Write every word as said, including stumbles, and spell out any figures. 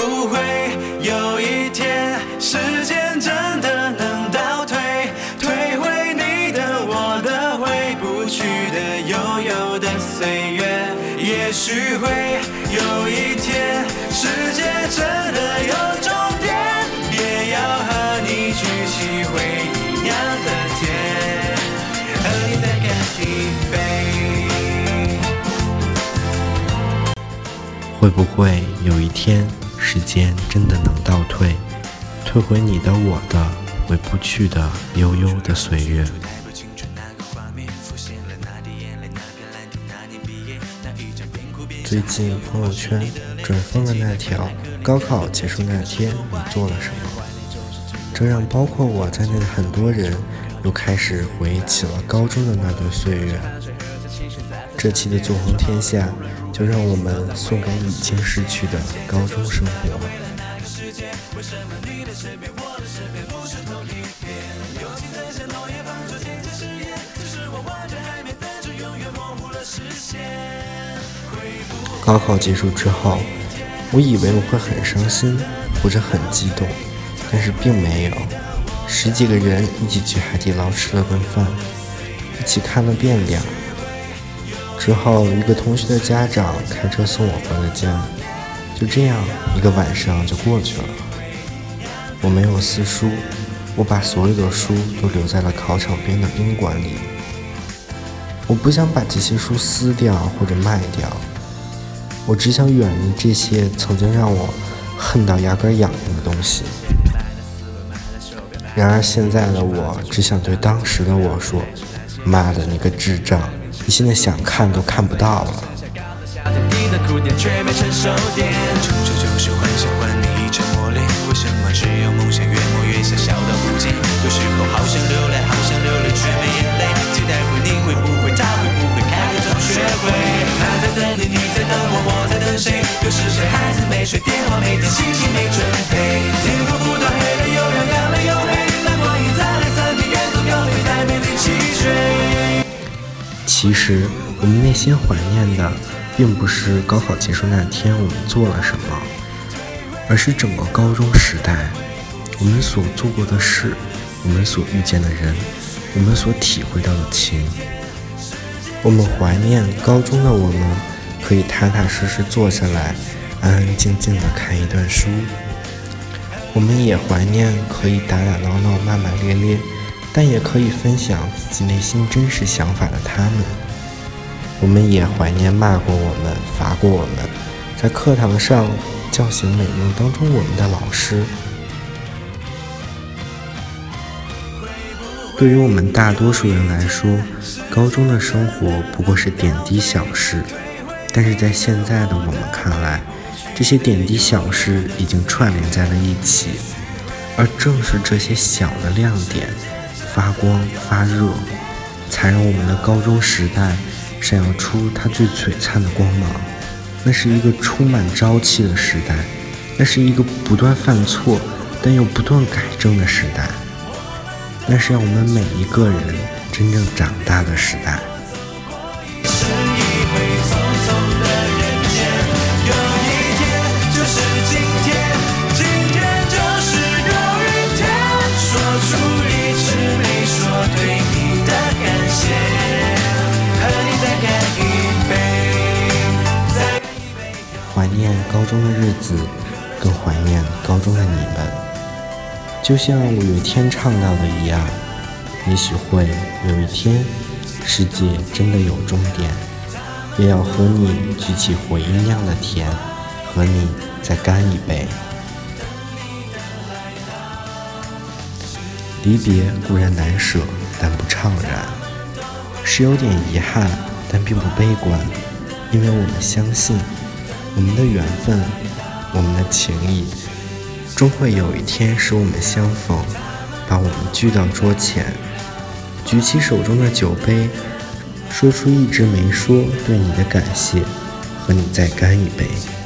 不会有一天时间真的能倒退，退回你的我的回不去的悠悠的岁月？也许会有一天世界真的有终点，也要和你举起回一样的天，和你再干一杯。 会不会有一天时间真的能倒退，退回你的我的回不去的悠悠的岁月？最近朋友圈转发了那条高考结束那天你做了什么，这让包括我在内的很多人又开始回忆起了高中的那段岁月。这期的纵横天下就让我们送给已经逝去的高中生活。高考结束之后，我以为我会很伤心或者很激动，但是并没有。十几个人一起去海底捞吃了顿饭，一起看了遍脸。之后一个同学的家长开车送我回了家，就这样一个晚上就过去了。我没有撕书，我把所有的书都留在了考场边的宾馆里。我不想把这些书撕掉或者卖掉，我只想远离这些曾经让我恨到牙根痒痒的东西。然而现在的我只想对当时的我说，妈的你个智障，你现在想看都看不到了。 为什么只有梦想越磨越小，小到不见？有时候好想流泪，好想流泪，却没眼泪。期待会你会不会，他会不会开个同学会？他在等你，你在等我，我在等谁？又是谁孩子没睡，电话没接，心情没准备。天空不断黑了又亮，亮了又黑。蓝光已在两三天，远走高飞在面临气追。 其实我们内心怀念的，并不是高考结束那天我们做了什么，而是整个高中时代，我们所做过的事，我们所遇见的人，我们所体会到的情。我们怀念高中的我们，可以踏踏实实坐下来，安安静静地看一段书。我们也怀念可以打打闹闹、骂骂咧咧，但也可以分享自己内心真实想法的他们。我们也怀念骂过我们、罚过我们，在课堂上叫醒美梦当中我们的老师。对于我们大多数人来说，高中的生活不过是点滴小事，但是在现在的我们看来，这些点滴小事已经串联在了一起，而正是这些小的亮点发光发热，才让我们的高中时代闪耀出它最璀璨的光芒。那是一个充满朝气的时代，那是一个不断犯错但又不断改正的时代，那是让我们每一个人真正长大的时代。怀念高中的日子，更怀念高中的你们。就像五月天唱到的一样，也许会有一天，世界真的有终点，也要和你举起回忆酿的甜，和你再干一杯。离别固然难舍，但不怅然，是有点遗憾，但并不悲观，因为我们相信我们的缘分，我们的情谊，终会有一天使我们相逢，把我们聚到桌前，举起手中的酒杯，说出一直没说对你的感谢，和你再干一杯。